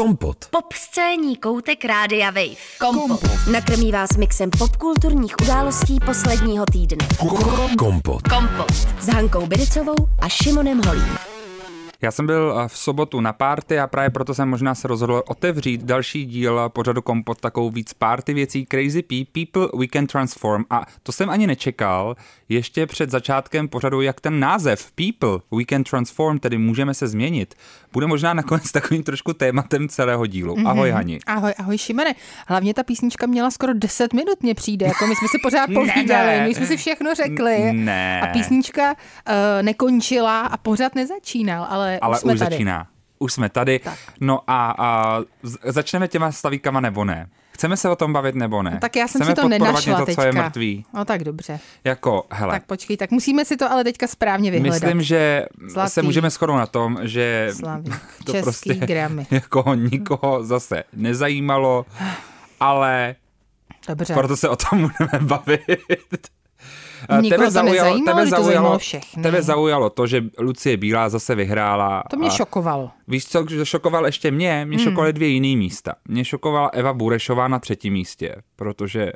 Kompot. Popscénní koutek Rádia Wave. Kompot. Nakrmí vás mixem popkulturních událostí posledního týdne. Kompot. Kompot. S Hankou Bidicovou a Šimonem Holím. Já jsem byl v sobotu na party a právě proto jsem možná se rozhodl otevřít další díl pořadu Kompot takovou víc party věcí Crazy People We Can Transform. A to jsem ani nečekal ještě před začátkem pořadu, jak ten název People We Can Transform, tedy můžeme se změnit, bude možná nakonec takovým trošku tématem celého dílu. Ahoj Hani. Ahoj Šimene. Hlavně ta písnička měla skoro 10 minut mě přijde, jako my jsme si pořád povídali, my jsme si všechno řekli. Ne. A písnička nekončila a pořád nezačínal, ale už tady. Začíná. Už jsme tady. Tak. No a začneme těma stavíkama nebo ne? Chceme se o tom bavit nebo ne? No, tak já jsem Chceme si to nenašla něco, teďka. Co je mrtvý. No tak dobře. Jako, hele. Tak počkej, tak musíme si to ale teďka správně vyhledat. Myslím, že Zlatý. se můžeme shodnout na tom, že Slavík. to Český prostě gramy. jako nikoho zase nezajímalo, ale dobře. Proto se o tom budeme bavit. Nikoho to zajímalo všechny. Tebe zaujalo to, že Lucie Bílá zase vyhrála. To mě šokovalo. Víš co, šokoval ještě mě šokovaly 2 jiný místa. Mě šokovala Eva Burešová na 3. místě, protože...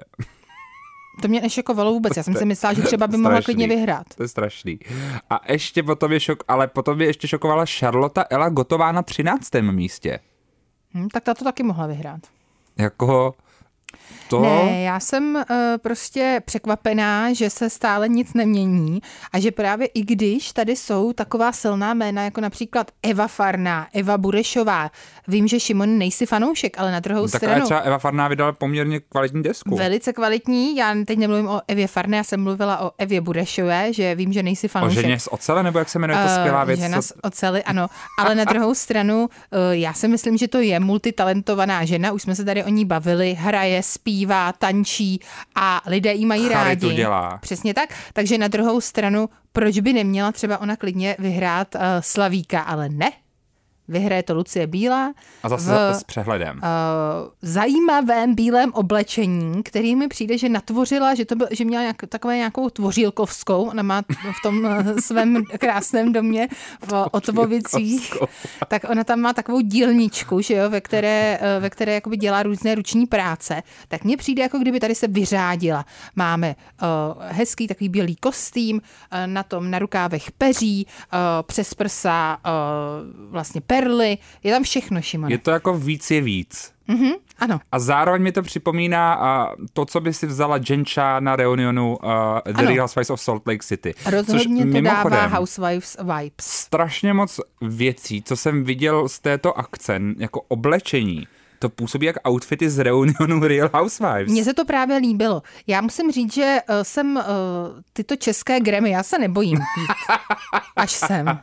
To mě nešokovalo vůbec, já jsem si myslela, že třeba by mohla klidně vyhrát. To je strašný. A ještě potom mě ještě šokovala Charlotte Ela Gotová na 13. místě. Tak ta to taky mohla vyhrát. Jako... To... Ne, já jsem prostě překvapená, že se stále nic nemění a že právě i když tady jsou taková silná jména, jako například Eva Farná, Eva Burešová, vím, že Šimon nejsi fanoušek, ale na druhou stranu... Tak třeba Eva Farná vydala poměrně kvalitní desku. Velice kvalitní, já teď nemluvím o Evě Farné, já jsem mluvila o Evě Burešové, že vím, že nejsi fanoušek. O ženě z ocele, nebo jak se jmenuje to skvělá věc? Žena z oceli, ano, ale na druhou stranu já si myslím, že to je multitalentovaná žena, už jsme se tady o ní bavili, hraje, zpívá, tančí a lidé jí mají rádi. Dělá. Přesně tak. Takže na druhou stranu, proč by neměla třeba ona klidně vyhrát Slavíka, ale ne. Vyhraje to Lucie Bílá. A zase s přehledem. Zajímavém bílém oblečení, který mi přijde, že natvořila, že měla nějakou tvořílkovskou, ona má v tom svém krásném domě v Otvovicích, tak ona tam má takovou dílničku, že jo, ve které jakoby dělá různé ruční práce. Tak mně přijde, jako kdyby tady se vyřádila. Máme hezký takový bílý kostým, na rukávech peří, přes prsa vlastně perly, je tam všechno, Šimone. Je to jako víc je víc. Ano. A zároveň mi to připomíná to, co by si vzala Jenča na reunionu The Real Housewives of Salt Lake City. Rozhodně to dává Housewives vibes. Strašně moc věcí, co jsem viděl z této akce, jako oblečení, to působí jak outfity z reunionu Real Housewives. Mně se to právě líbilo. Já musím říct, že jsem tyto české Grammy, já se nebojím jít. Až sem.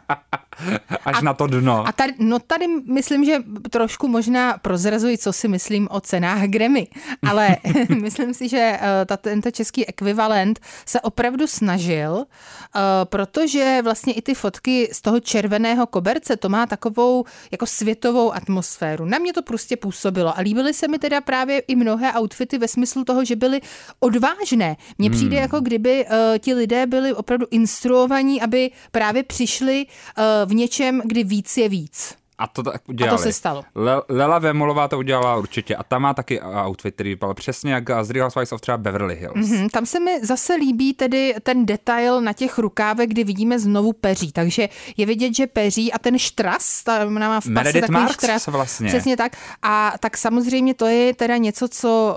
Až na to dno. A tady myslím, že trošku možná prozrazuji, co si myslím o cenách Grammy. Ale myslím si, že tento český ekvivalent se opravdu snažil, protože vlastně i ty fotky z toho červeného koberce, to má takovou jako světovou atmosféru. Na mě to prostě působilo a líbily se mi teda právě i mnohé outfity ve smyslu toho, že byly odvážné. Mně přijde, jako kdyby ti lidé byli opravdu instruovaní, aby právě přišli v něčem, kdy víc je víc. A to tak udělali. A to se stalo. Lela Vémolová to udělala určitě. A tam má taky outfit, který vypadal přesně jak z Real Housewives of třeba Beverly Hills. Tam se mi zase líbí tedy ten detail na těch rukávech, kdy vidíme znovu peří. Takže je vidět, že peří a ten štras, ona má v pase takový štras. Vlastně. Přesně tak. A tak samozřejmě to je teda něco, co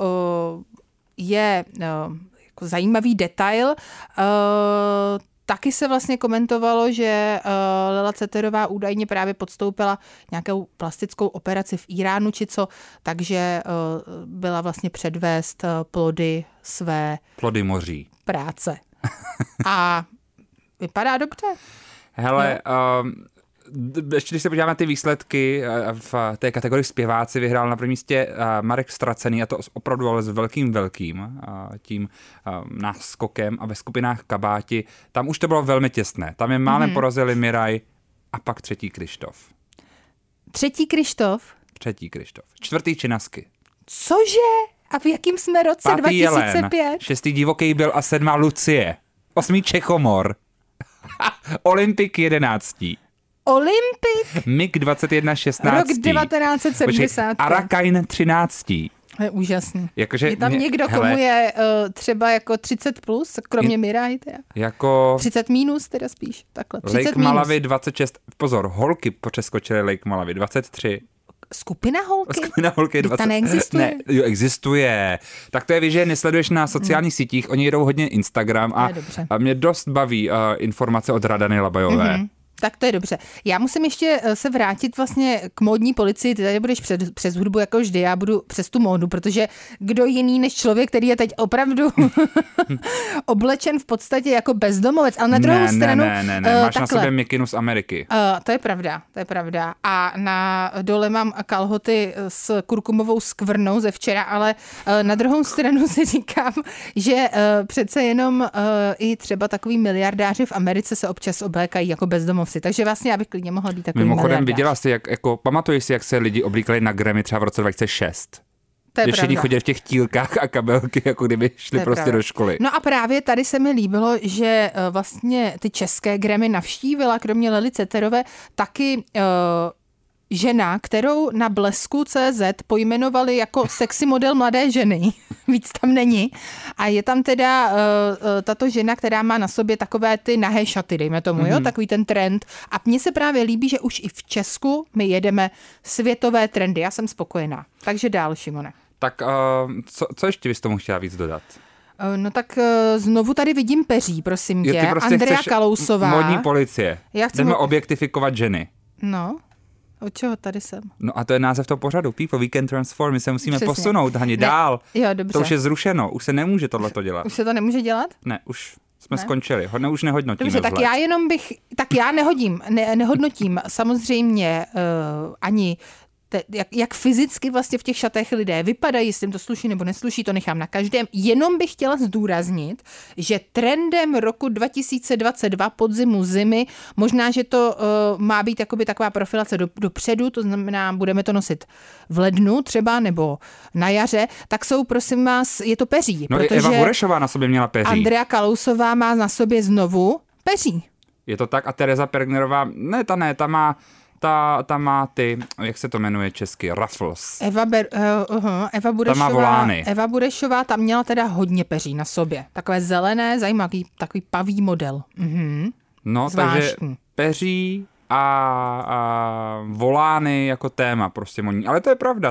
je jako zajímavý detail. Taky se vlastně komentovalo, že Lela Ceterová údajně právě podstoupila nějakou plastickou operaci v Iránu, či co, takže byla vlastně předvést plody moří. Práce. A vypadá dobře. Hele, ještě když se podíváme na ty výsledky, v té kategorii zpěváci vyhrál na prvním místě Marek Stracený, a to opravdu ale s velkým tím náskokem, a ve skupinách Kabáti, tam už to bylo velmi těsné. Tam je málem porazili Miraj a pak 3. Krištof. 3. Krištof? 3. Krištof. 4. Činasky. Cože? A v jakým jsme roce? 5. 2005? Jelen, 6. Divoký byl a 7. Lucie. 8. Čechomor. Olympik 11. Olympik. MiG 2116. Rok 1970. Arakain 13. To je úžasný. Jakože je tam někdo, komu je třeba jako 30 plus, kromě Mirai teda? Jako 30 minus teda spíš, takhle. 30 Lake minus. Malawi 26. Pozor, holky přeskočily Lake Malawi 23. Skupina holky? Skupina holky 20. Ta neexistuje? Ne, jo, existuje. Tak to je, víš, že nesleduješ na sociálních sítích, oni jedou hodně Instagram a mě dost baví informace od Radany Labajové. Tak to je dobře. Já musím ještě se vrátit vlastně k módní policii. Ty tady budeš přes hudbu jako vždy, já budu přes tu módu, protože kdo jiný než člověk, který je teď opravdu oblečen v podstatě jako bezdomovec, ale na druhou stranu... Ne, máš takhle. Na sobě mikinu z Ameriky. To je pravda. A na dole mám kalhoty s kurkumovou skvrnou ze včera, ale na druhou stranu si říkám, že přece jenom i třeba takový miliardáři v Americe se občas oblékají jako bezdomovci. Takže vlastně já bych klidně mohla být takový Mimochodem miliardář. viděla jsi, pamatuješ si, jak se lidi oblíkali na Grammy třeba v roce 2006? Když všichni chodili v těch tílkách a kabelky, jako kdyby šli prostě do školy. No a právě tady se mi líbilo, že vlastně ty české Grammy navštívila, kromě Lely Ceterové, taky žena, kterou na Blesku.cz pojmenovali jako sexy model mladé ženy. Víc tam není. A je tam teda tato žena, která má na sobě takové ty nahé šaty, dejme tomu, jo, takový ten trend. A mně se právě líbí, že už i v Česku my jedeme světové trendy. Já jsem spokojená. Takže dál, Šimone. Tak co ještě bys tomu chtěla víc dodat? No tak znovu tady vidím peří, prosím tě. Ty prostě Andrea Kalousová. Módní policie. Chceme objektifikovat ženy. No. Od čeho tady jsem? No a to je název toho pořadu. People, we can transform. My se musíme posunout, Hani, dál. Jo, dobře. To už je zrušeno. Už se nemůže tohleto dělat. Už se to nemůže dělat? Ne, už jsme skončili. Už nehodnotíme. Dobře, tak já nehodnotím samozřejmě ani jak fyzicky vlastně v těch šatech lidé vypadají, jestli jim to sluší nebo nesluší, to nechám na každém. Jenom bych chtěla zdůraznit, že trendem roku 2022 podzimu zimy, možná, že to má být jakoby taková profilace dopředu, to znamená, budeme to nosit v lednu třeba nebo na jaře, tak jsou, prosím vás, je to peří. No protože i Eva Burešová na sobě měla peří. Andrea Kalousová má na sobě znovu peří. Je to tak a Tereza Pergnerová, ta má ty, jak se to jmenuje česky, ruffles. Eva Burešová tam měla teda hodně peří na sobě. Takové zelené, zajímavý, takový pavý model. No, zvláštní. Takže peří a volány jako téma prostě modní. Ale to je pravda,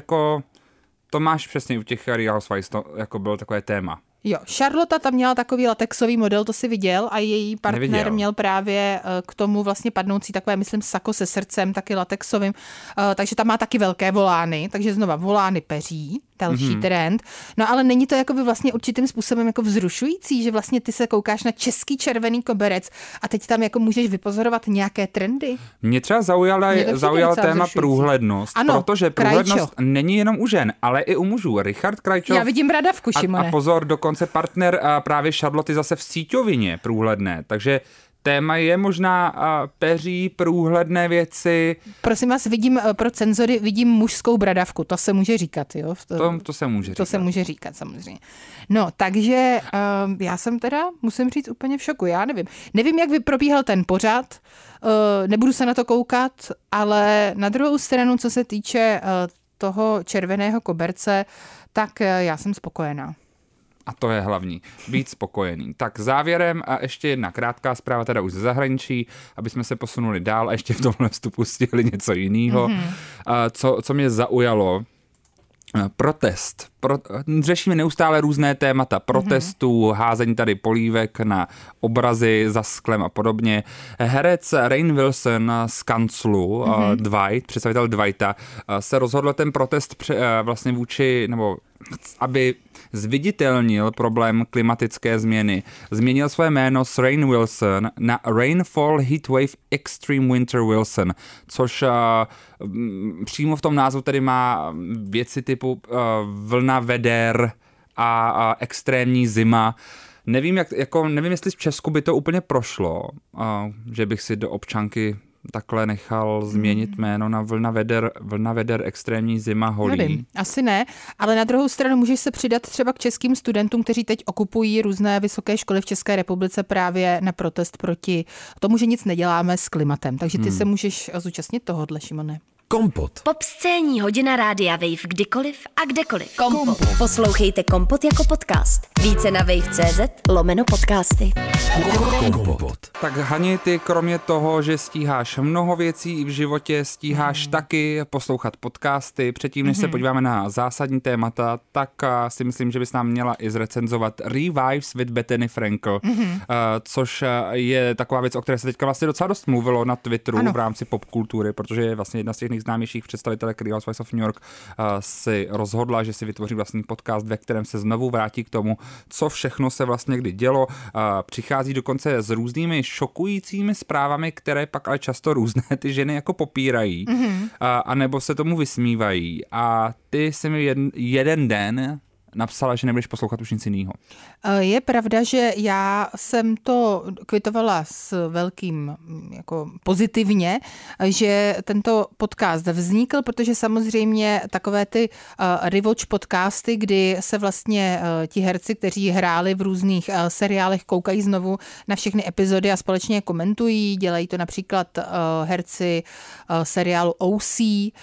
to máš přesně u těch Real Housewives, to jako bylo takové téma. Jo, Charlotte tam měla takový latexový model, to si viděl, a její partner měl právě k tomu vlastně padnoucí takové, myslím, sako se srdcem, taky latexovým, takže tam má taky velké volány, takže znova volány peří, další trend. No ale není to jakoby vlastně určitým způsobem jako vzrušující, že vlastně ty se koukáš na český červený koberec a teď tam jako můžeš vypozorovat nějaké trendy? Mě třeba zaujalo téma průhlednost, ano, protože průhlednost není jenom u žen, ale i u mužů. Richard Krajčov. Já vidím bradavku, Šimone. A pozor, dokonce partner právě Charlotte zase v síťovině průhledné, takže téma je možná peří, průhledné věci. Prosím vás, pro cenzory vidím mužskou bradavku, to se může říkat, jo? To se může říkat. To se může říkat, samozřejmě. No, takže já jsem teda, musím říct, úplně v šoku, já nevím. Nevím, jak by probíhal ten pořad, nebudu se na to koukat, ale na druhou stranu, co se týče toho červeného koberce, tak já jsem spokojená. A to je hlavní, být spokojený. Tak závěrem a ještě jedna krátká zpráva, teda už ze zahraničí, aby jsme se posunuli dál a ještě v tomhle vstupu stihli něco jiného. Co mě zaujalo, protest. Řešíme neustále různé témata protestů, házení tady polívek na obrazy za sklem a podobně. Herec Rainn Wilson z Kanclu, Dwight, představitel Dwighta, se rozhodl ten protest vlastně vůči, nebo aby zviditelnil problém klimatické změny. Změnil své jméno z Rainn Wilson na Rainfall Heatwave Extreme Winter Wilson, což přímo v tom názvu tedy má věci typu vlna veder a extrémní zima. Nevím, jestli v Česku by to úplně prošlo, že bych si do občanky takhle nechal změnit jméno na Vlna veder extrémní zima holí. Nevím, asi ne, ale na druhou stranu můžeš se přidat třeba k českým studentům, kteří teď okupují různé vysoké školy v České republice právě na protest proti tomu, že nic neděláme s klimatem. Takže ty se můžeš zúčastnit tohodle, Šimone. Kompot. Popscénní hodina Rádia Wave kdykoliv a kdekoliv. Kompot. Poslouchejte Kompot jako podcast. Více na wave.cz/podcasty. Kompot. Tak Hani, ty kromě toho, že stíháš mnoho věcí v životě, stíháš taky poslouchat podcasty. Předtím, než se podíváme na zásadní témata, tak si myslím, že bys nám měla i zrecenzovat Revives with Bethany Frankel, což je taková věc, o které se teďka vlastně docela dost mluvilo na Twitteru v rámci popkultury, protože je vlastně jedna z těch nejznámějších představitelek Real Housewives of New York si rozhodla, že si vytvoří vlastní podcast, ve kterém se znovu vrátí k tomu, co všechno se vlastně kdy dělo. Přichází dokonce s různými šokujícími zprávami, které pak ale často různé ty ženy jako popírají, anebo se tomu vysmívají. A ty si mi jeden den napsala, že nebudeš poslouchat už nic jiného. Je pravda, že já jsem to kvitovala s velkým jako pozitivně, že tento podcast vznikl, protože samozřejmě takové ty rewatch podcasty, kdy se vlastně ti herci, kteří hráli v různých seriálech, koukají znovu na všechny epizody a společně komentují. Dělají to například herci seriálu OC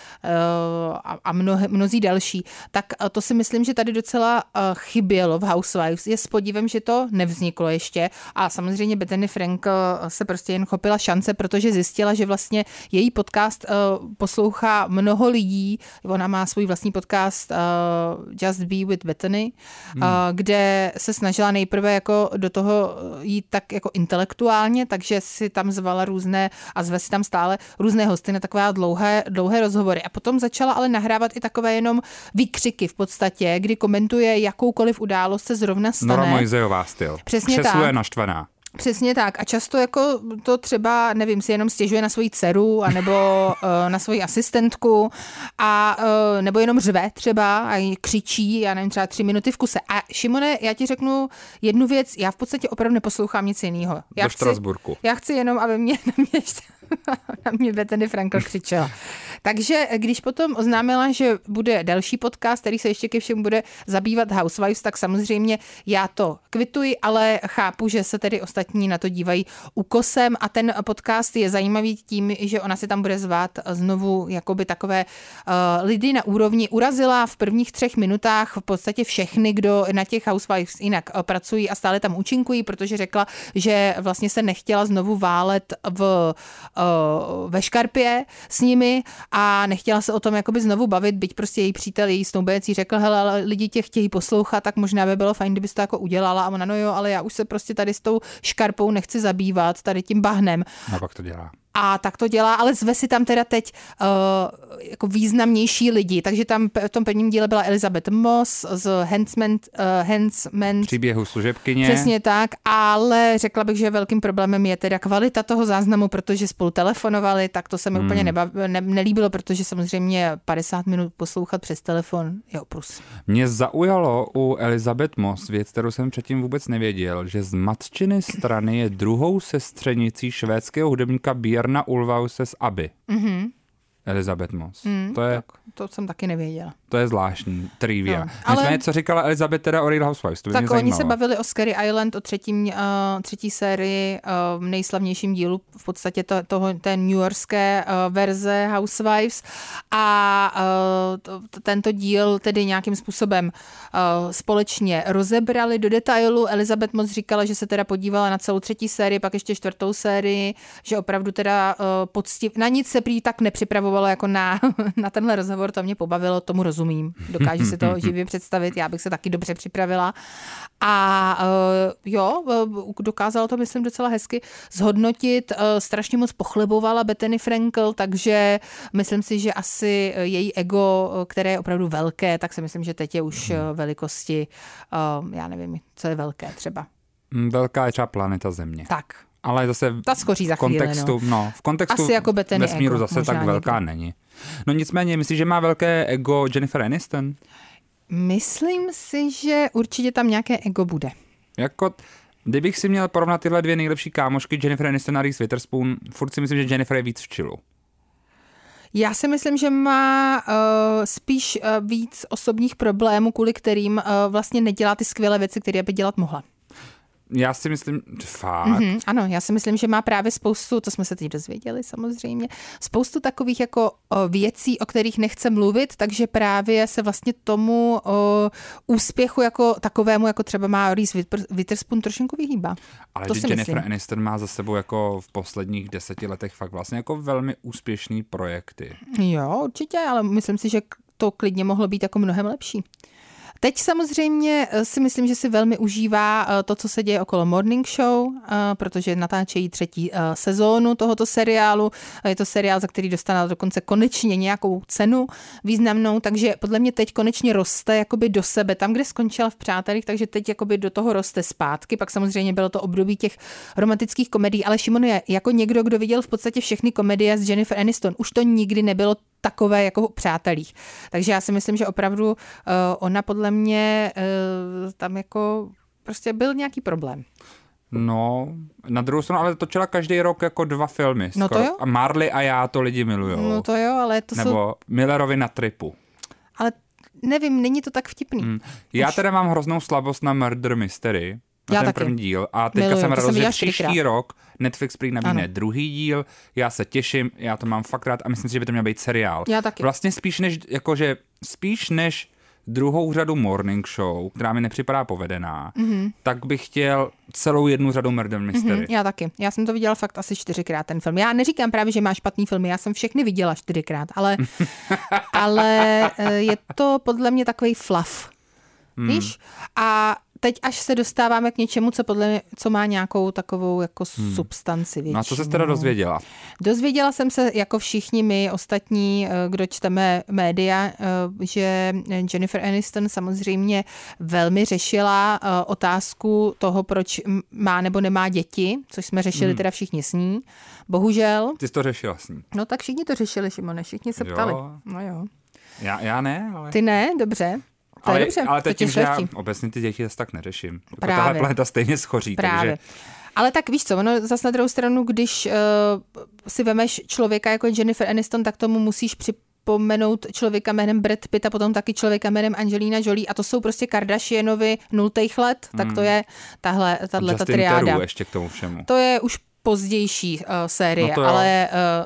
a mnozí další. Tak to si myslím, že tady docela chybělo v Housewives. Je s podívem, že to nevzniklo ještě a samozřejmě Bethany Frankel se prostě jen chopila šance, protože zjistila, že vlastně její podcast poslouchá mnoho lidí. Ona má svůj vlastní podcast Just Be with Bethany, kde se snažila nejprve jako do toho jít tak jako intelektuálně, takže si tam zvala různé a zve si tam stále různé hosty na takové dlouhé rozhovory. A potom začala ale nahrávat i takové jenom výkřiky v podstatě, kdy komentuje jakoukoliv událost se zrovna stane. Nora Mojzejová styl. Přesně Křeslo tak. je naštvaná. Přesně tak. A často jako to třeba, nevím, si jenom stěžuje na svoji dceru anebo na svoji asistentku a nebo jenom řve třeba a křičí, já nevím, třeba 3 minuty v kuse. A Šimone, já ti řeknu jednu věc, já v podstatě opravdu neposlouchám nic jiného. Do Štrasburku. Já chci jenom, aby na mě Bethany Frankel křičela. Takže když potom oznámila, že bude další podcast, který se ještě ke všemu bude zabývat Housewives, tak samozřejmě já to kvituji, ale chápu, že se tedy ostatní na to dívají úkosem a ten podcast je zajímavý tím, že ona si tam bude zvát znovu jakoby takové lidi na úrovni. Urazila v prvních 3 minutách v podstatě všechny, kdo na těch Housewives jinak pracují a stále tam účinkují, protože řekla, že vlastně se nechtěla znovu válet ve škarpě s nimi a nechtěla se o tom jakoby znovu bavit, byť prostě její přítel, její snoubenec jí řekl, hele, ale lidi tě chtějí poslouchat, tak možná by bylo fajn, kdybys to jako udělala. A ona, no jo, ale já už se prostě tady s tou škarpou nechci zabývat, tady tím bahnem. A pak to dělá. A tak to dělá, ale zve si tam teda teď jako významnější lidi. Takže tam v tom prvním díle byla Elizabeth Moss z Handmaid's Příběhu služebkyně. Přesně tak, ale řekla bych, že velkým problémem je teda kvalita toho záznamu, protože spolu telefonovali, tak to se mi úplně nelíbilo, protože samozřejmě 50 minut poslouchat přes telefon je oprus. Mě zaujalo u Elizabeth Moss věc, kterou jsem předtím vůbec nevěděl, že z matčiny strany je druhou sestřenicí švédského hudebníka Björna Ulvaeuse z ABBY. Elizabeth Moss. To jsem taky nevěděla. To je zvláštní trivia. No, ale... Nicméně, co říkala Elizabeth teda o Real Housewives? To by tak mě zajímalo. Oni se bavili o Scary Island, o třetí sérii, nejslavnějším dílu, v podstatě té newyorské verze Housewives a tento díl tedy nějakým způsobem společně rozebrali do detailu. Elizabeth Moss říkala, že se teda podívala na celou 3. sérii, pak ještě 4. sérii, že opravdu teda na nic se prý tak nepřipravovalo jako na tenhle rozhovor, to mě pobavilo, tomu rozumím. Dokážu si to živě představit, já bych se taky dobře připravila. A dokázala to, myslím, docela hezky zhodnotit. Strašně moc pochlebovala Bethany Frankel, takže myslím si, že asi její ego, které je opravdu velké, tak si myslím, že teď je už velikosti, já nevím, co je velké třeba. Velká je třeba planeta Země. Tak. Ale zase v kontextu asi jako vesmíru ego, zase tak velká není. No nicméně, myslíš, že má velké ego Jennifer Aniston? Myslím si, že určitě tam nějaké ego bude. Jako Kdybych si měl porovnat tyhle dvě nejlepší kámošky, Jennifer Aniston a Reese Witherspoon, furt si myslím, že Jennifer je víc v chillu. Já si myslím, že má spíš víc osobních problémů, kvůli kterým vlastně nedělá ty skvělé věci, které by dělat mohla. Já si myslím, fakt. Ano, já si myslím, že má právě spoustu, to jsme se teď dozvěděli samozřejmě, spoustu takových jako věcí, o kterých nechce mluvit, takže právě se vlastně tomu úspěchu jako takovému, jako třeba má Reese Witherspoon, trošinku vyhýbá. Ale to že Jennifer Aniston má za sebou jako v posledních 10 letech fakt vlastně jako velmi úspěšný projekty. Jo, určitě, ale myslím si, že to klidně mohlo být jako mnohem lepší. Teď samozřejmě si myslím, že si velmi užívá to, co se děje okolo Morning Show, protože natáčejí 3. sezónu tohoto seriálu. Je to seriál, za který dostala dokonce konečně nějakou cenu významnou, takže podle mě teď konečně roste jakoby do sebe, tam, kde skončila v Přátelích, takže teď jakoby do toho roste zpátky. Pak samozřejmě bylo to období těch romantických komedií, ale Šimon je jako někdo, kdo viděl v podstatě všechny komedie s Jennifer Aniston. Už to nikdy nebylo takové jako v Přátelích. Takže já si myslím, že opravdu ona podle mě tam jako prostě byl nějaký problém. No, na druhou stranu, ale točila každý rok jako 2 filmy. No skoro. To jo. A Marley a já to lidi milujou. No to jo, ale to Nebo Millerovi na tripu. Ale nevím, není to tak vtipný. Já teda mám hroznou slabost na Murder Mystery. Na já ten taky. První díl. A teďka jsem radost, že příští rok Netflix prý nabídne druhý díl. Já se těším, já to mám fakt rád a myslím si, že by to měl být seriál. Já taky. Vlastně spíš než druhou řadu Morning Show, která mi nepřipadá povedená, tak bych chtěl celou jednu řadu Murder Mystery. Já taky. Já jsem to viděla fakt asi 4krát ten film. Já neříkám právě, že má špatný film, já jsem všechny viděla 4krát, ale je to podle mě takový fluff. Víš? A teď až se dostáváme k něčemu, co má nějakou takovou jako substanci většinou. No a co jsi teda dozvěděla? Dozvěděla jsem se, jako všichni my ostatní, kdo čteme média, že Jennifer Aniston samozřejmě velmi řešila otázku toho, proč má nebo nemá děti, což jsme řešili teda všichni s ní. Bohužel. Ty jsi to řešila s ní? No tak všichni to řešili, Šimone, všichni se ptali. No jo. Já ne, ale... Ty ne, dobře. Ale teď tím, že já obecně ty děti zase tak neřeším. Právě. Tahle planeta stejně schoří. Právě. Takže... Ale tak víš co, ono zase na druhou stranu, když si vemeš člověka jako Jennifer Aniston, tak tomu musíš připomenout člověka jménem Brad Pitt a potom taky člověka jménem Angelina Jolie a to jsou prostě Kardashianovi 0. let, tak to je tahle ta triáda. Teru ještě k tomu všemu. To je už pozdější série, no ale...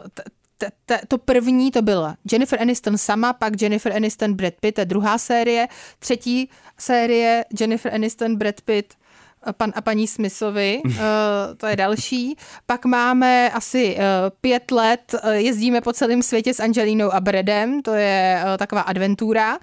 To první to byla Jennifer Aniston sama, pak Jennifer Aniston Brad Pitt, to je druhá série, 3. série Jennifer Aniston Brad Pitt, pan a paní Smithovi, to je další. Pak máme asi 5 let, jezdíme po celém světě s Angelinou a Bradem, to je taková adventura.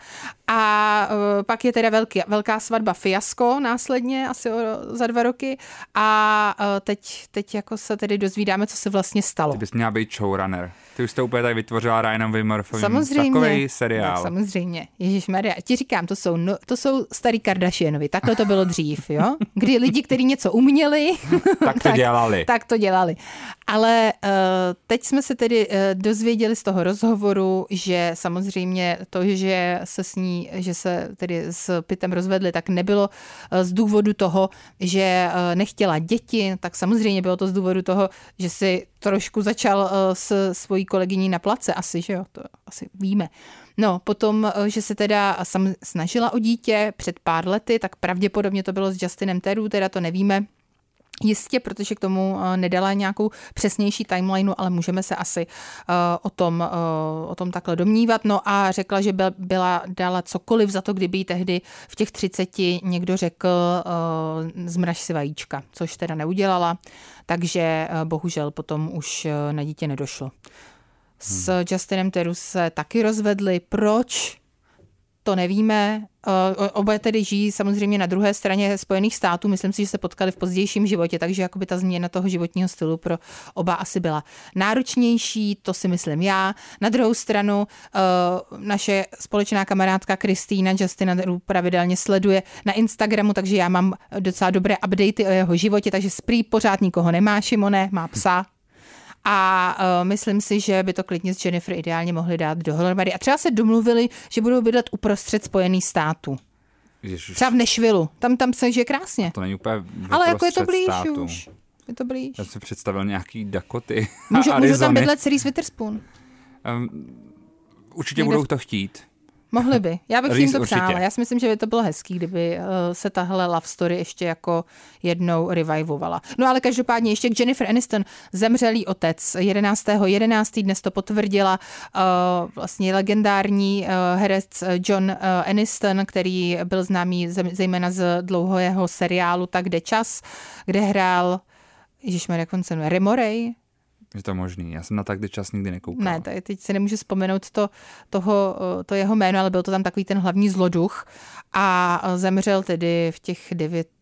A pak je teda velká svatba Fiasko následně, asi za 2 roky. A teď jako se tedy dozvídáme, co se vlastně stalo. Ty bys měla být showrunner. Ty už to úplně tak vytvořila Ryanovi Murphym. Samozřejmě. Takovej seriál. Tak samozřejmě. Ježišmarja. Ti říkám, to jsou starý Kardashianovi. Takhle to bylo dřív, jo? Kdy lidi, kteří něco uměli, tak to dělali. Ale teď jsme se tedy dozvěděli z toho rozhovoru, že samozřejmě to, že se tedy s Pittem rozvedli, tak nebylo z důvodu toho, že nechtěla děti, tak samozřejmě bylo to z důvodu toho, že si trošku začal s svojí kolegyní na place asi, že jo, to asi víme. No, potom, že se teda snažila o dítě před pár lety, tak pravděpodobně to bylo s Justinem Theroux, teda to nevíme jistě, protože k tomu nedala nějakou přesnější timelineu, ale můžeme se asi o tom takhle domnívat. No a řekla, že dala cokoliv za to, kdyby jí tehdy v těch 30 někdo řekl zmraž si vajíčka, což teda neudělala, takže bohužel potom už na dítě nedošlo. S Justinem Theroux se taky rozvedli. Proč? To nevíme. Oba tedy žijí samozřejmě na druhé straně Spojených států. Myslím si, že se potkali v pozdějším životě, takže jakoby ta změna toho životního stylu pro oba asi byla náročnější, to si myslím já. Na druhou stranu naše společná kamarádka Kristýna Justina Theroux pravidelně sleduje na Instagramu, takže já mám docela dobré updaty o jeho životě, takže prý pořád nikoho nemá, Šimone, má psa. A myslím si, že by to klidně s Jennifer ideálně mohli dát dohromady. A třeba se domluvili, že budou bydlet uprostřed Spojených států. Ježiš. Třeba v Nashvillu, tam se žije krásně. To není úplně Ale jako je to uprostřed blíž státu. už. Je to blíž. Já si představil nějaký Dakoty a Můžu tam Arizony. bydlet Reese Witherspoon. Určitě Někde budou to chtít. Mohli by. Já bych jim Reese to přála. určitě. Já si myslím, že by to bylo hezký, kdyby se tahle love story ještě jako jednou revivovala. No ale každopádně ještě k Jennifer Aniston. Zemřelý otec 11.11. dnes to potvrdila vlastně legendární herec John Aniston, který byl známý zejména z dlouhého seriálu Tak jde čas, kde hrál ježišmarja, jak on se jmenuje, Remoray. Je to možný. Já jsem na Tak jde čas nikdy nekoukal. Ne, teď si nemůžu vzpomenout to jeho jméno, ale byl to tam takový ten hlavní zloduch a zemřel tedy v těch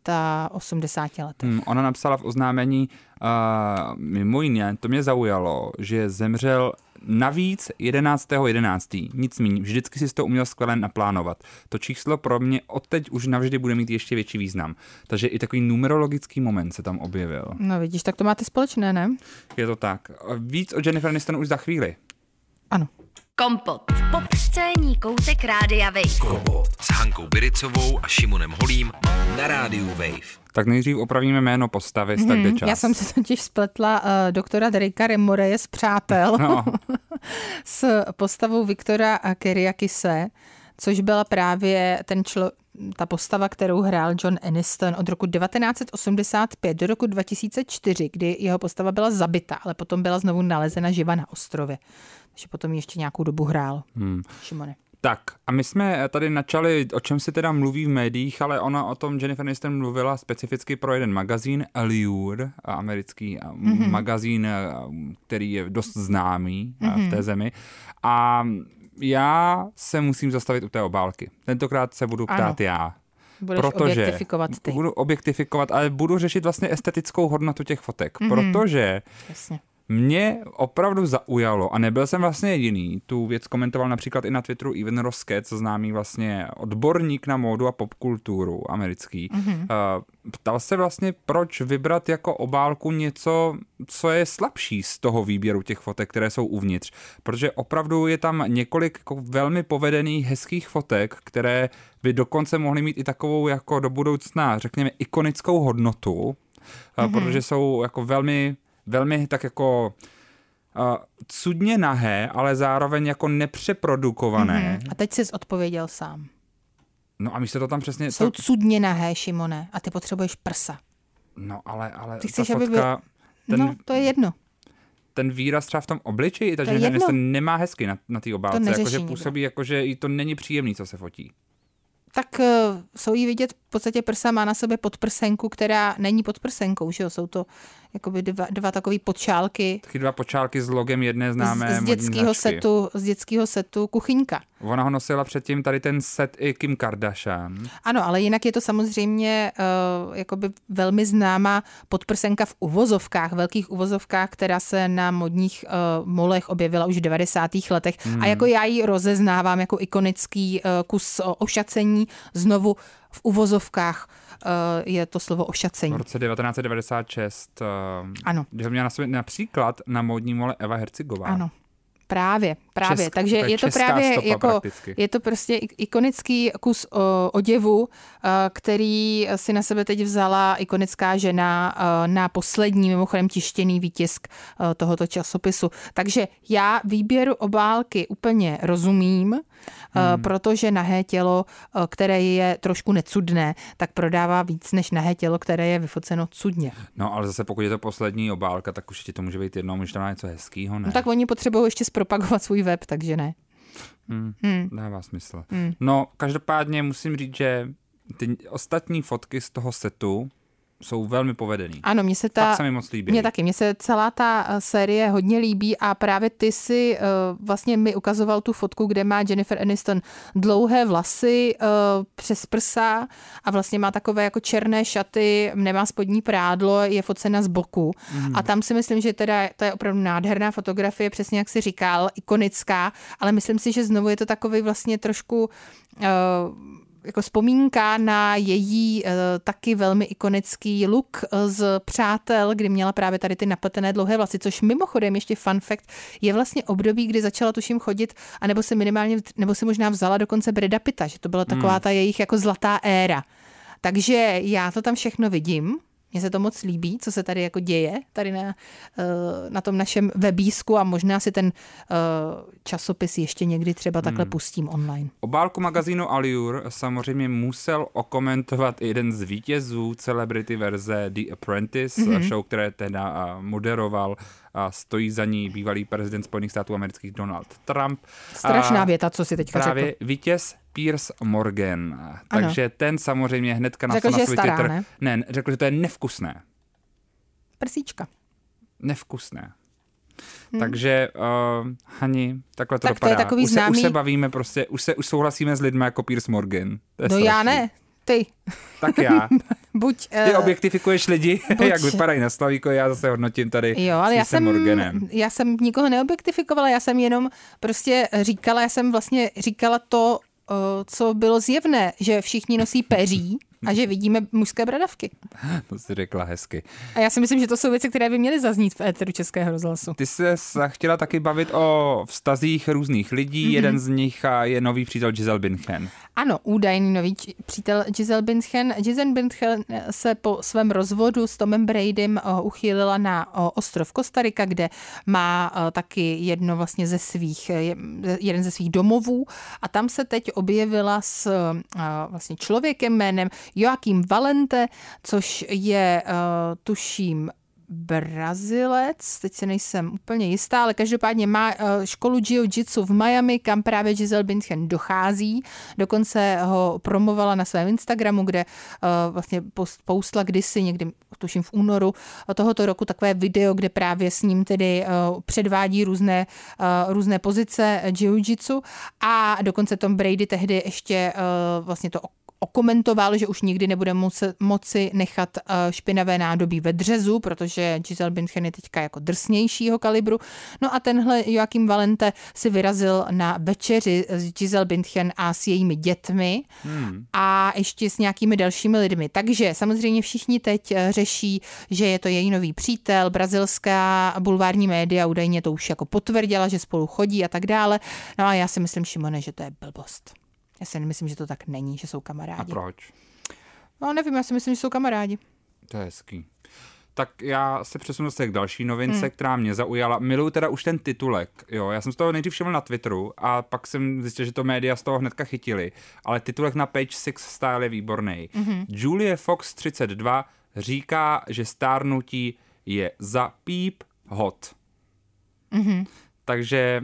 89 letech. Ona napsala v oznámení, mimo jiné, to mě zaujalo, že zemřel navíc 11.11. Nic méně. Vždycky si to uměl skvěle naplánovat. To číslo pro mě odteď už navždy bude mít ještě větší význam. Takže i takový numerologický moment se tam objevil. No vidíš, tak to máte společné, ne? Je to tak. Víc o Jennifer Aniston už za chvíli. Ano. Kompot. Popscénní koutek Rádia Wave. Kompot s Hankou Biricovou a Šimonem Holím na rádiu Wave. Tak nejdřív opravíme jméno postavy z Tak jde čas. Já jsem se totiž spletla doktora Drakea Remoraye z Přátel No. s postavou Viktora Kyriakise, což byla právě ta postava, kterou hrál John Aniston od roku 1985 do roku 2004, kdy jeho postava byla zabita, ale potom byla znovu nalezena živa na ostrově. Takže potom ještě nějakou dobu hrál. Šimone. Tak a my jsme tady načali, o čem se teda mluví v médiích, ale ona o tom Jennifer Aniston mluvila specificky pro jeden magazín, Allure, americký magazín, který je dost známý v té zemi. A já se musím zastavit u té obálky. Tentokrát se budu ptát já. Budeš objektifikovat ty. Budu objektifikovat, ale budu řešit vlastně estetickou hodnotu těch fotek, protože Jasně. mě opravdu zaujalo, a nebyl jsem vlastně jediný, tu věc komentoval například i na Twitteru Evan Roskett, známý vlastně odborník na módu a popkulturu americký. Ptal se vlastně, proč vybrat jako obálku něco, co je slabší z toho výběru těch fotek, které jsou uvnitř. Protože opravdu je tam několik jako velmi povedených, hezkých fotek, které by dokonce mohly mít i takovou jako do budoucna, řekněme, ikonickou hodnotu, protože jsou jako velmi tak jako cudně nahé, ale zároveň jako nepřeprodukované. A teď jsi odpověděl sám. No a místo to tam přesně... Jsou cudně nahé, Šimone, a ty potřebuješ prsa. No ale Ty ta chceš, fotka... No, to je jedno. Ten výraz třeba v tom obličeji, takže jedno. se nemá hezky na té obálce. neřeší Jakože nikdo. působí, jakože jí to není příjemný, co se fotí. Tak jsou jí vidět, v podstatě prsa má na sobě podprsenku, která není podprsenkou, že jo? Jsou to jakoby dva takový podšálky Taky dva počálky s logem jedné známé z modní značky. dětského setu Kuchyňka. Ona ho nosila předtím tady ten set i Kim Kardashian. Ano, ale jinak je to samozřejmě jakoby velmi známá podprsenka v uvozovkách, velkých uvozovkách, která se na modních molech objevila už v 90. letech. A jako já ji rozeznávám jako ikonický kus ošacení, znovu v uvozovkách je to slovo ošacení. V roce 1996. Ano. Kdy ho měla na sobě například na módní mole Eva Hercigová. Ano. Právě. Takže to je je to česká právě stopa jako, prakticky. je to prostě ikonický kus oděvu, který si na sebe teď vzala ikonická žena na poslední, mimochodem tištěný výtisk tohoto časopisu. Takže já výběru obálky úplně rozumím, protože nahé tělo, které je trošku necudné, tak prodává víc než nahé tělo, které je vyfoceno cudně. No ale zase pokud je to poslední obálka, tak určitě to může být jedno, může tam něco hezkýho, ne? No tak oni potřebují ještě zpropagovat svůj web, takže ne. Dává smysl. No, každopádně musím říct, že ty ostatní fotky z toho setu jsou velmi povedený. Ano, Fakt se mi moc líbí. Mně se celá ta série hodně líbí a právě ty si vlastně mi ukazoval tu fotku, kde má Jennifer Aniston dlouhé vlasy přes prsa a vlastně má takové jako černé šaty, nemá spodní prádlo, je focena z boku. A tam si myslím, že teda to je opravdu nádherná fotografie, přesně jak jsi říkal, ikonická, ale myslím si, že znovu je to takový vlastně trošku jako vzpomínka na její taky velmi ikonický look z Přátel, kdy měla právě tady ty napletené dlouhé vlasy, což mimochodem ještě fun fact, je vlastně období, kdy začala tuším chodit, anebo se minimálně, nebo si možná vzala dokonce Brada Pitta, že to byla taková ta jejich jako zlatá éra. Takže já to tam všechno vidím. Mně se to moc líbí, co se tady jako děje, tady na tom našem webísku a možná si ten časopis ještě někdy třeba takhle pustím online. Obálku magazínu Allure samozřejmě musel okomentovat jeden z vítězů celebrity verze The Apprentice, show, které teda moderoval a stojí za ní bývalý prezident Spojených států amerických Donald Trump. Strašná věta, co si teďka právě řekl. Vítěz Piers Morgan. Takže ten samozřejmě hnedka napsal na svůj Twitter. Ne, řekl, že to je nevkusné. Prsíčka. Nevkusné. Takže, Hani, takhle to tak dopadá. To je takový už se bavíme prostě, už souhlasíme s lidmi jako Piers Morgan. No já ne, ty. Tak já. Ty objektifikuješ lidi, jak vypadají na Slavíko, já zase hodnotím tady s Morganem. Já jsem nikoho neobjektifikovala, já jsem jenom prostě říkala to, co bylo zjevné, že všichni nosí peří a že vidíme mužské bradavky. To jsi řekla hezky. A já si myslím, že to jsou věci, které by měly zaznít v éteru Českého rozhlasu. Ty se chtěla taky bavit o vztazích různých lidí. Jeden z nich je nový přítel Giselle Bündchen. Ano, údajný nový přítel Giselle Bündchen. Giselle Bündchen se po svém rozvodu s Tomem Bradym uchýlila na ostrov Kostarika, kde má taky jeden ze svých domovů a tam se teď objevila s vlastně člověkem jménem Joaquim Valente, což je, tuším, Brazilec, teď si nejsem úplně jistá, ale každopádně má školu jiu-jitsu v Miami, kam právě Giselle Bündchen dochází. Dokonce ho promovala na svém Instagramu, kde vlastně postla kdysi, někdy tuším v únoru tohoto roku, takové video, kde právě s ním tedy předvádí různé pozice jiu-jitsu a dokonce Tom Brady tehdy ještě vlastně to okomentoval, že už nikdy nebude moci nechat špinavé nádobí ve dřezu, protože Giselle Bündchen je teďka jako drsnějšího kalibru. No a tenhle Joaquim Valente si vyrazil na večeři s Giselle Bündchen a s jejími dětmi a ještě s nějakými dalšími lidmi. Takže samozřejmě všichni teď řeší, že je to její nový přítel, brazilská bulvární média údajně to už jako potvrdila, že spolu chodí a tak dále. No a já si myslím, Šimone, že to je blbost. Já si nemyslím, že to tak není, že jsou kamarádi. A proč? No nevím, já si myslím, že jsou kamarádi. To je hezký. Tak já se přesunu k další novince, která mě zaujala. Miluju teda už ten titulek. Jo, já jsem z toho nejdřív všiml na Twitteru a pak jsem zjistil, že to média z toho hnedka chytili. Ale titulek na Page Six Style je výborný. Julia Fox 32 říká, že stárnutí je za píp hot. Takže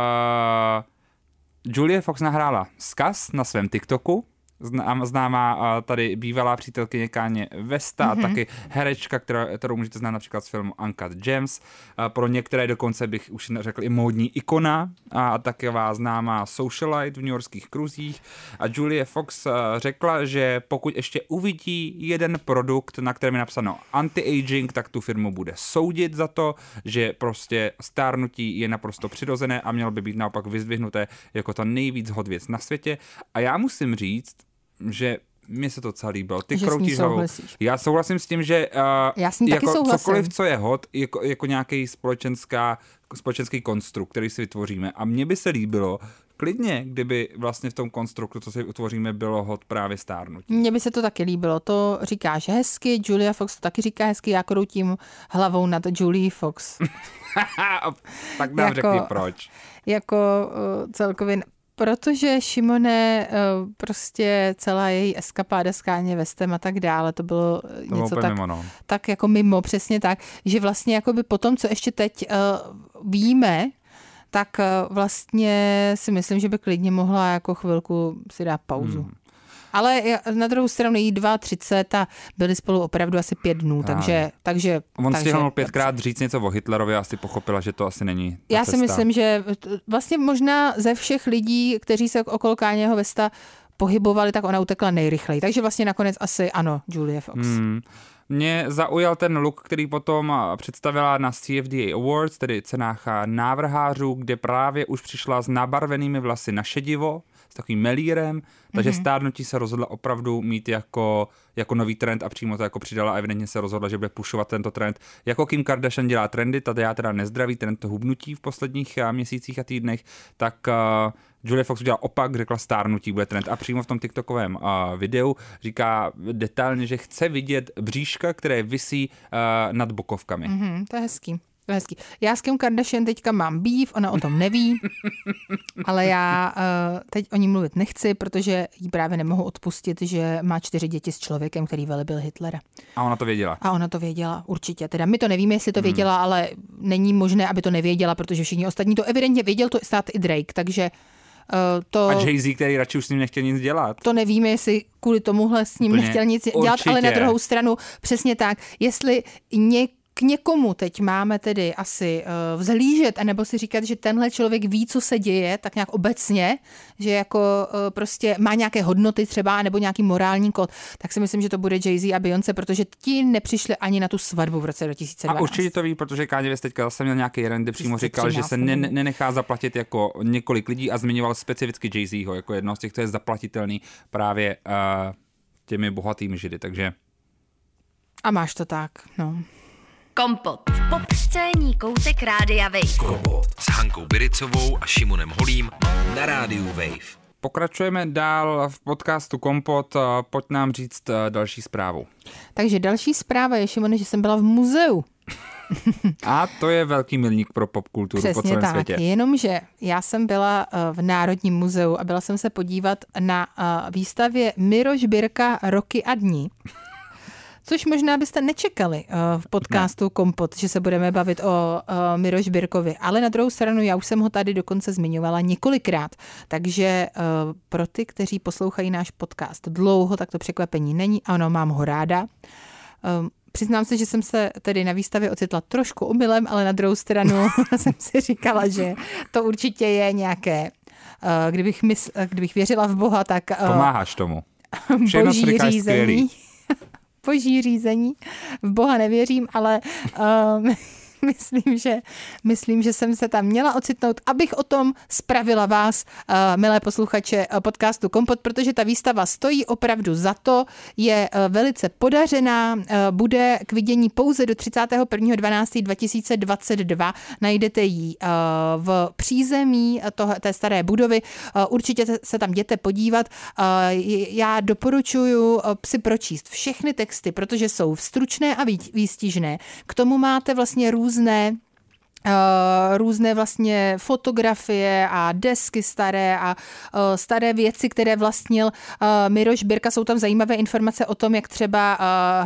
Julia Fox nahrála vzkaz na svém TikToku, známá tady bývalá přítelkyně Kanye Westa a taky herečka, kterou můžete znát například z filmu Uncut Gems. Pro některé dokonce bych už řekl i módní ikona a taková známá socialite v newyorských kruzích. A Julia Fox řekla, že pokud ještě uvidí jeden produkt, na kterém je napsáno anti-aging, tak tu firmu bude soudit za to, že prostě stárnutí je naprosto přirozené a mělo by být naopak vyzdvihnuté jako ta nejvíc hot věc na světě. A já musím říct, že mně se to celé líbilo. Ty kroutíš hlavou. Já souhlasím s tím, že jako cokoliv, co je hot, jako nějaký společenský konstrukt, který si vytvoříme. A mně by se líbilo, klidně, kdyby vlastně v tom konstruktu, co si utvoříme, bylo hot právě stárnutí. Mně by se to taky líbilo. To říkáš hezky, Julia Fox to taky říká hezky, já kroutím hlavou na to Julie Fox. Tak nám řekni proč. Jako celkově... Protože Šimone, prostě celá její eskapáda s Kanye Westem a tak dále, to bylo něco tak jako mimo, přesně tak, že vlastně jakoby po tom, co ještě teď víme, tak vlastně si myslím, že by klidně mohla jako chvilku si dát pauzu. Ale na druhou stranu jí 32 a byli spolu opravdu asi 5 dnů, takže on stihnul 5krát říct něco o Hitlerovi a asi pochopila, že to asi není ta cesta. Si myslím, že vlastně možná ze všech lidí, kteří se okolo Kanyeho Westa pohybovali, tak ona utekla nejrychleji. Takže vlastně nakonec asi ano, Julia Fox. Mě zaujal ten look, který potom představila na CFDA Awards, tedy cenách návrhářů, kde právě už přišla s nabarvenými vlasy na šedivo, s takovým melírem, takže stárnutí se rozhodla opravdu mít jako nový trend a přímo to jako přidala a evidentně se rozhodla, že bude pušovat tento trend. Jako Kim Kardashian dělá trendy, tady já teda nezdravý trend to hubnutí v posledních měsících a týdnech, tak Julia Fox udělala opak, řekla stárnutí bude trend a přímo v tom TikTokovém videu říká detailně, že chce vidět bříška, které visí nad bokovkami. To je hezký. To je hezký. Já s Kim Kardashian teďka mám beef, ona o tom neví, ale já teď o ní mluvit nechci, protože jí právě nemohu odpustit, že má 4 děti s člověkem, který velibil Hitlera. A ona to věděla. A ona to věděla, určitě. Teda my to nevíme, jestli to věděla, ale není možné, aby to nevěděla, protože všichni ostatní to evidentně věděl, to stát i Drake, takže to... A Jay-Z, který radši už s ním nechtěl nic dělat. To nevíme, jestli kvůli tomuhle s ním Úplně nechtěl nic dělat, ale na druhou stranu přesně tak, jestli k někomu teď máme tedy asi vzhlížet, anebo si říkat, že tenhle člověk ví, co se děje, tak nějak obecně, že jako prostě má nějaké hodnoty třeba, nebo nějaký morální kód, tak si myslím, že to bude Jay-Z a Beyoncé, protože ti nepřišli ani na tu svatbu v roce 2012. A určitě to ví, protože Kanye West teďka zase měl nějaký jeden, kde přímo říkal, že se nenechá zaplatit jako několik lidí a zmiňoval specificky Jay-Zho jako jedno z těch, co je zaplatitelný právě těmi bohatými židy, takže... A máš to tak, no. Kompot. Popscénní koutek Rádia Wave. Kompot s Hankou Biricovou a Šimonem Holím na Rádiu Wave. Pokračujeme dál v podcastu Kompot. Pojď nám říct další zprávu. Takže další zpráva je, Šimone, že jsem byla v muzeu. A to je velký milník pro popkulturu po celém světě. Přesně tak, jenomže já jsem byla v Národním muzeu a byla jsem se podívat na výstavě Miroš Birka Roky a dní. Což možná byste nečekali v podcastu Kompot, že se budeme bavit o Miroš Birkovi. Ale na druhou stranu, já už jsem ho tady dokonce zmiňovala několikrát. Takže pro ty, kteří poslouchají náš podcast dlouho, tak to překvapení není. Ano, mám ho ráda. Přiznám se, že jsem se tedy na výstavě ocitla trošku omylem, ale na druhou stranu jsem si říkala, že to určitě je nějaké, kdybych věřila v Boha, tak... Pomáháš tomu. Boží řízení. Boží řízení. V Boha nevěřím, ale myslím, že jsem se tam měla ocitnout, abych o tom spravila vás, milé posluchače podcastu Kompot, protože ta výstava stojí opravdu za to, je velice podařená, bude k vidění pouze do 31.12.2022. Najdete ji v přízemí té staré budovy. Určitě se tam jděte podívat. Já doporučuji si pročíst všechny texty, protože jsou stručné a výstižné. K tomu máte vlastně různé vlastně fotografie a desky staré a staré věci, které vlastnil Miroš Birka. Jsou tam zajímavé informace o tom, jak třeba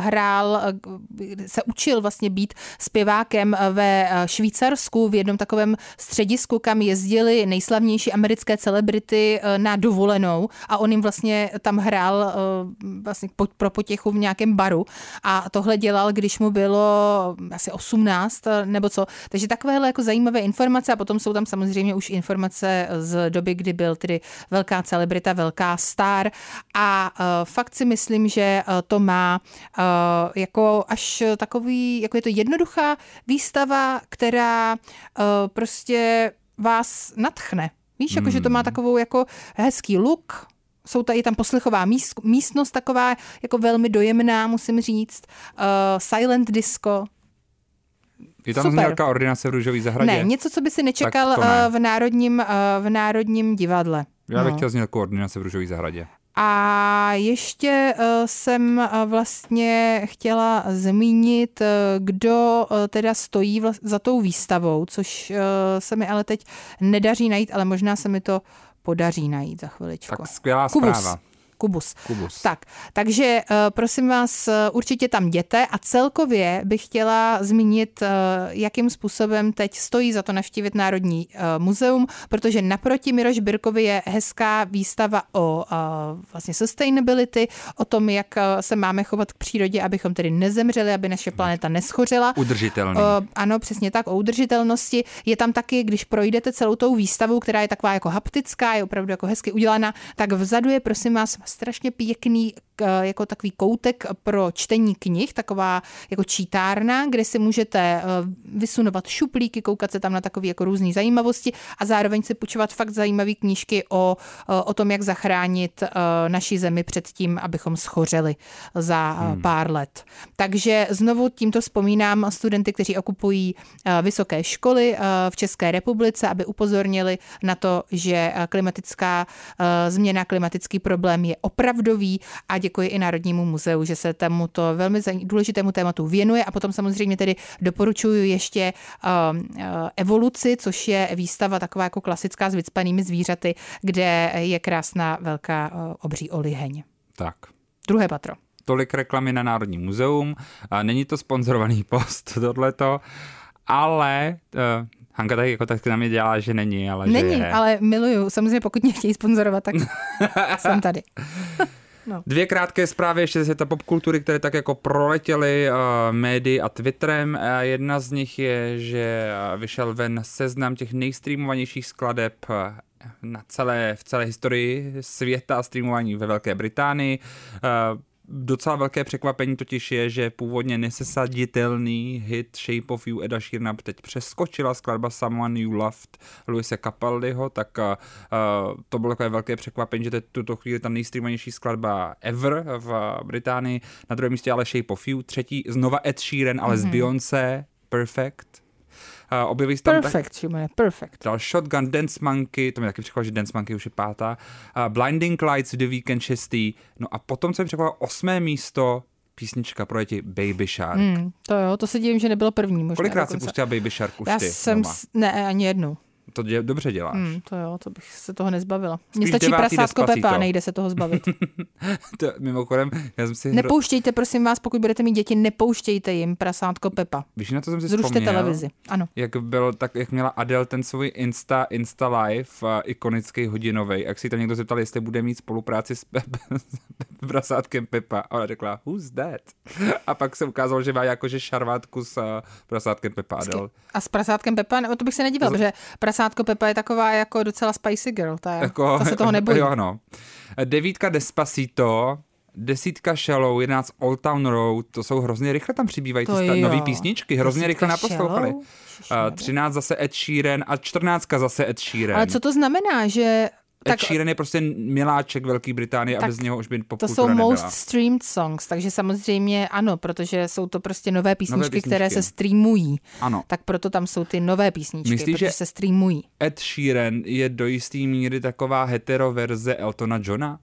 se učil vlastně být zpěvákem ve Švýcarsku v jednom takovém středisku, kam jezdili nejslavnější americké celebrity na dovolenou a on jim vlastně tam hrál vlastně pro potěchu v nějakém baru a tohle dělal, když mu bylo asi 18 nebo co. Takže takovéhle jako zajímavé informace a potom jsou tam samozřejmě už informace z doby, kdy byl tedy velká celebrita, velká star a fakt si myslím, že to má jako až takový, jako je to jednoduchá výstava, která prostě vás nadchne. Víš, jako že to má takovou jako hezký look, je tam poslechová místnost taková jako velmi dojemná, musím říct, silent disco. Je tam nějaká ordinace v Růžové zahradě? Ne, něco, co by si nečekal v Národním divadle. Já bych chtěl z nějakou ordinace v Růžové zahradě. A ještě jsem vlastně chtěla zmínit, kdo teda stojí za tou výstavou, což se mi ale teď nedaří najít, ale možná se mi to podaří najít za chviličku. Tak skvělá zpráva. Kubus. Takže prosím vás, určitě tam jděte a celkově bych chtěla zmínit, jakým způsobem teď stojí za to navštívit Národní muzeum, protože naproti Miroš Birkovi je hezká výstava o vlastně sustainability, o tom, jak se máme chovat k přírodě, abychom tedy nezemřeli, aby naše planeta neschořela. Udržitelný. Ano, přesně tak, o udržitelnosti. Je tam taky, když projdete celou tou výstavou, která je taková jako haptická, je opravdu jako hezky udělaná, tak vzadu je, prosím vás, strašně pěkný jako takový koutek pro čtení knih, taková jako čítárna, kde si můžete vysunovat šuplíky, koukat se tam na takové jako různé zajímavosti a zároveň si půjčovat fakt zajímavé knížky o tom, jak zachránit naši zemi před tím, abychom schořeli za pár let. Takže znovu tímto vzpomínám studenty, kteří okupují vysoké školy v České republice, aby upozornili na to, že klimatická změna, klimatický problém je opravdový a děkuji i Národnímu muzeu, že se tomuto velmi důležitému tématu věnuje a potom samozřejmě tedy doporučuji ještě evoluci, což je výstava taková jako klasická s vycpanými zvířaty, kde je krásná velká obří oliheň. Tak. Druhé patro. Tolik reklamy na Národní muzeum. Není to sponzorovaný post tohleto, ale Hanka tak jako tak na mě dělá, že není, ale není, že je. Ale miluju. Samozřejmě pokud mě chtějí sponzorovat, tak jsem tady. No. 2 krátké zprávy ještě ze světa popkultury, které tak jako proletěly médii a Twitterem. Jedna z nich je, že vyšel ven seznam těch nejstreamovanějších skladeb v celé historii světa a streamování ve Velké Británii. Docela velké překvapení totiž je, že původně nesesaditelný hit Shape of You Eda Sheerana teď přeskočila skladba Someone You Loved Luise Capaldiho, tak to bylo takové velké překvapení, že to je tuto chvíli ta nejstreamovanější skladba ever v Británii. Na druhém místě ale Shape of You, třetí znova Ed Sheeran, ale z Beyoncé, Perfect. Objeví se tam Perfect. Dal Shotgun, Dance Monkey, to mi taky překvapilo, že Dance Monkey už je 5. Blinding Lights, The Weeknd 6. No a potom se mi překvapilo 8. místo, písnička pro děti Baby Shark. To jo, to se divím, že nebylo první. Možná kolikrát si pustila Baby Shark už Já ty jsem doma? Ne, ani jednou. To dobře děláš. To jo, to bych se toho nezbavila. Spíš Mně stačí Prasátko Despacito. Pepa, nejde se toho zbavit. To, mimochodem, já jsem si... Nepouštějte, prosím vás, pokud budete mít děti, nepouštějte jim Prasátko Pepa. Víš, na to jsem si Zrušte vzpomněl, televizi, ano. Jak měla Adele ten svůj Insta Live, ikonický hodinovej, jak si tam někdo zeptal, jestli bude mít spolupráci s Prasátkem Pepa. A ona řekla, who's that? A pak se ukázalo, že má jakože šarvátku s Prasátkem Pepa Adele. A s Prasátkem Pepa, to bych se nedíval, protože Prasátko Pepa je taková jako docela spicy girl, ta se toho nebojí. Jo, no. 9 Despacito, 10 Shallow, 11 Old Town Road, to jsou hrozně rychle tam přibývají ty nový písničky, hrozně rychle naposlouchali. 13 zase Ed Sheeran a 14 zase Ed Sheeran. Ale co to znamená, že... Ed Sheeran je prostě miláček Velké Británie a bez něho už by popkultura nebyla. To jsou nebyla. most streamed songs, takže samozřejmě ano, protože jsou to prostě nové písničky, které se streamují. Ano. Tak proto tam jsou ty nové písničky, Myslíš, protože se streamují. Ed Sheeran je do jisté míry taková hetero verze Eltona Johna?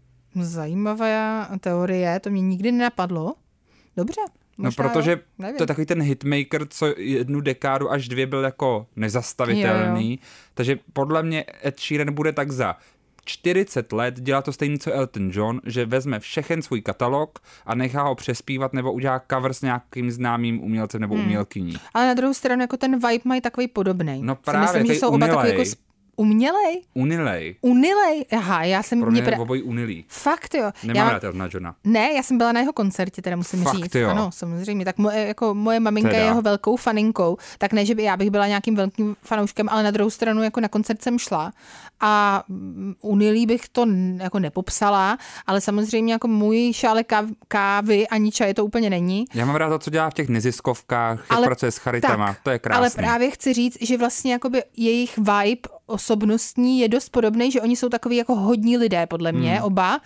Zajímavá teorie, to mě nikdy nenapadlo. Dobře. Možná protože to je takový ten hitmaker, co 1 dekádu až 2 byl jako nezastavitelný. Jo. Takže podle mě Ed Sheeran bude tak za 40 let dělat to stejný, co Elton John, že vezme všechen svůj katalog a nechá ho přespívat nebo udělá cover s nějakým známým umělcem nebo umělkyní. Ale na druhou stranu jako ten vibe mají takový podobnej. No právě, myslím, že jsou oba takový jako umělej? Unilej. Aha, já jsem... Pro mě je obojí unilý. Fakt jo. Nemám rád Eltona Johna. Ne, já jsem byla na jeho koncertě, teda musím Fakt říct. Jo. Ano, samozřejmě. Tak moje maminka je jeho velkou faninkou, tak ne, že by já bych byla nějakým velkým fanouškem, ale na druhou stranu jako na koncert jsem šla a unilý bych to jako nepopsala, ale samozřejmě jako můj šálek kávy ani čaje to úplně není. Já mám rád to, co dělá v těch neziskovkách, jak pracuje s charitama, tak, to je krásný. Ale právě chci říct, že vlastně jakoby jejich vibe osobnostní je dost podobný, že oni jsou takový jako hodní lidé, podle mě, oba.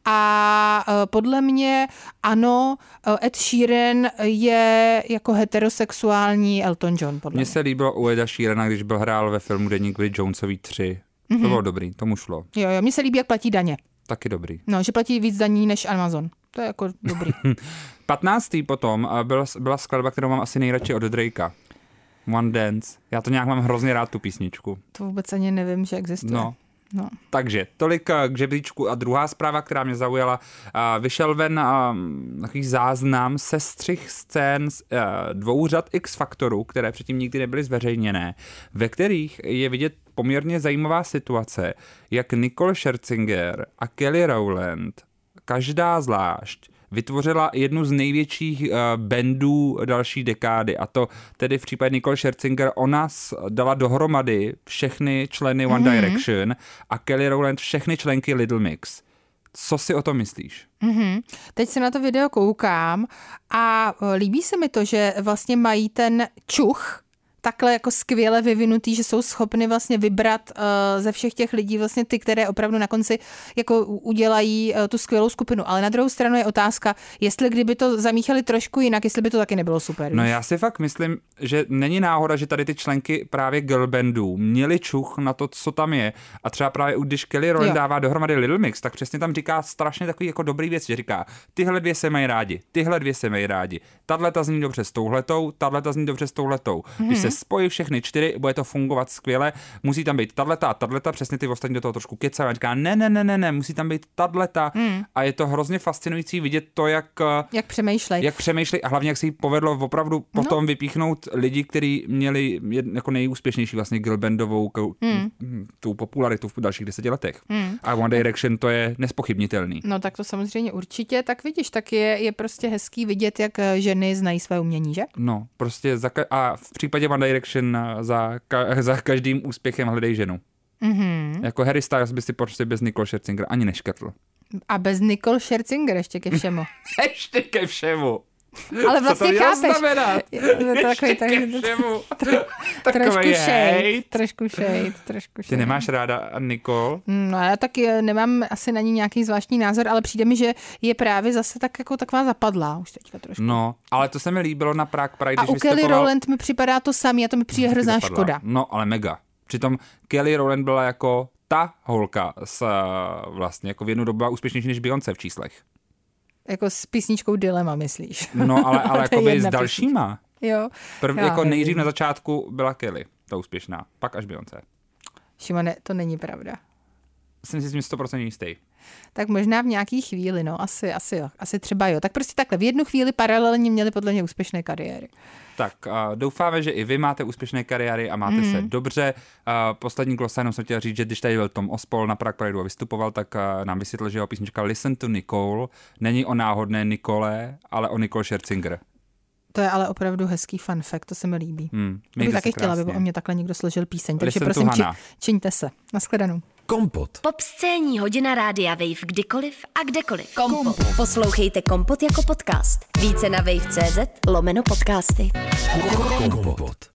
A podle mě, ano, Ed Sheeran je jako heterosexuální Elton John, podle mě. Mně se líbilo u Eda Sheerana, když byl hrál ve filmu Deník Bridget Jonesový 3. To bylo dobrý, tomu šlo. Jo, mně se líbí, jak platí daně. Taky dobrý. No, že platí víc daní než Amazon. To je jako dobrý. 15. potom byla skladba, kterou mám asi nejradši od Drakea. One Dance. Já to nějak mám hrozně rád, tu písničku. To vůbec ani nevím, že existuje. No. Takže tolik k žebříčku. A druhá zpráva, která mě zaujala, vyšel ven takový záznam sestřih scén z 2 řad X Factoru, které předtím nikdy nebyly zveřejněné, ve kterých je vidět poměrně zajímavá situace, jak Nicole Scherzinger a Kelly Rowland, každá zvlášť, vytvořila jednu z největších bandů další dekády, a to tedy v případě Nicole Scherzinger, ona dala dohromady všechny členy One Direction a Kelly Rowland všechny členky Little Mix. Co si o tom myslíš? Teď se na to video koukám a líbí se mi to, že vlastně mají ten čuch takhle jako skvěle vyvinutý, že jsou schopni vlastně vybrat ze všech těch lidí vlastně ty, které opravdu na konci jako udělají tu skvělou skupinu. Ale na druhou stranu je otázka, jestli kdyby to zamíchali trošku jinak, jestli by to taky nebylo super. No já si fakt myslím, že není náhoda, že tady ty členky právě girl bandů měly čuch na to, co tam je. A třeba právě když Kelly Rowland dává dohromady Little Mix, tak přesně tam říká strašně takový jako dobrý věc, že říká, tyhle dvě se mají rádi, tyhle dvě se mají rádi. Tahleta zní dobře s touhletou, tahleta zní dobře s touhletou. Když se spojí všechny 4, bude to fungovat skvěle, musí tam být tahleta a tahleta, přesně ty ostatní do toho trošku kecají a říká ne, musí tam být tahleta a je to hrozně fascinující vidět to, jak přemýšlej a hlavně jak se jí povedlo opravdu potom vypíchnout lidi, kteří měli jako nejúspěšnější vlastně girlbandovou tu popularitu v dalších 10 letech. A One Direction to je nespochybnitelný. No tak to samozřejmě určitě, tak vidíš, tak je prostě hezký vidět, jak ženy znají své umění, že? No, prostě a v případě One Direction za každým úspěchem hledej ženu. Jako Harry Styles by si prostě bez Nicole Scherzinger ani neškrtl. A bez Nicole Scherzinger ještě ke všemu. Ještě ke všemu. Ale vlastně chápeš. Trošku shade. Ty nemáš ráda Nicole? No já taky nemám asi na ní nějaký zvláštní názor, ale přijde mi, že je právě zase tak jako taková zapadlá už teďka trošku. No, ale to se mi líbilo na Prague Pride, když vystupoval. A u Kelly Rowland mi připadá to samý a to mi přijde hrozná škoda. No, ale mega. Přitom Kelly Rowland byla jako ta holka vlastně jako v jednu dobu byla úspěšnější než Beyoncé v číslech. Jako s písničkou Dilema, myslíš? No, ale jako by s dalšíma. Jo. Jako nejdřív na začátku byla Kelly, ta úspěšná, pak až Beyoncé. Šimone, to není pravda. Jsem si s tím 100% jistý. Tak možná v nějaký chvíli, no, asi třeba jo. Tak prostě takhle, v jednu chvíli paralelně měli podle mě úspěšné kariéry. Tak doufáme, že i vy máte úspěšné kariéry a máte se dobře. Poslední glosa, jenom jsem chtěl říct, že když tady byl Tom Ospol na Prague Prideu a vystupoval, tak nám vysvětlil, že jeho písnička Listen to Nicole není o náhodné Nikole, ale o Nicole Scherzinger. To je ale opravdu hezký fun fact, to se mi líbí. Bych taky chtěla, aby o mě takhle někdo složil píseň, takže prosím, čiňte se. Nashledanou. Kompot. Popscénní hodina Rádia Wave kdykoliv a kdekoliv. Kompot. Poslouchejte Kompot jako podcast. Více na wave.cz/podcasty. Kompot.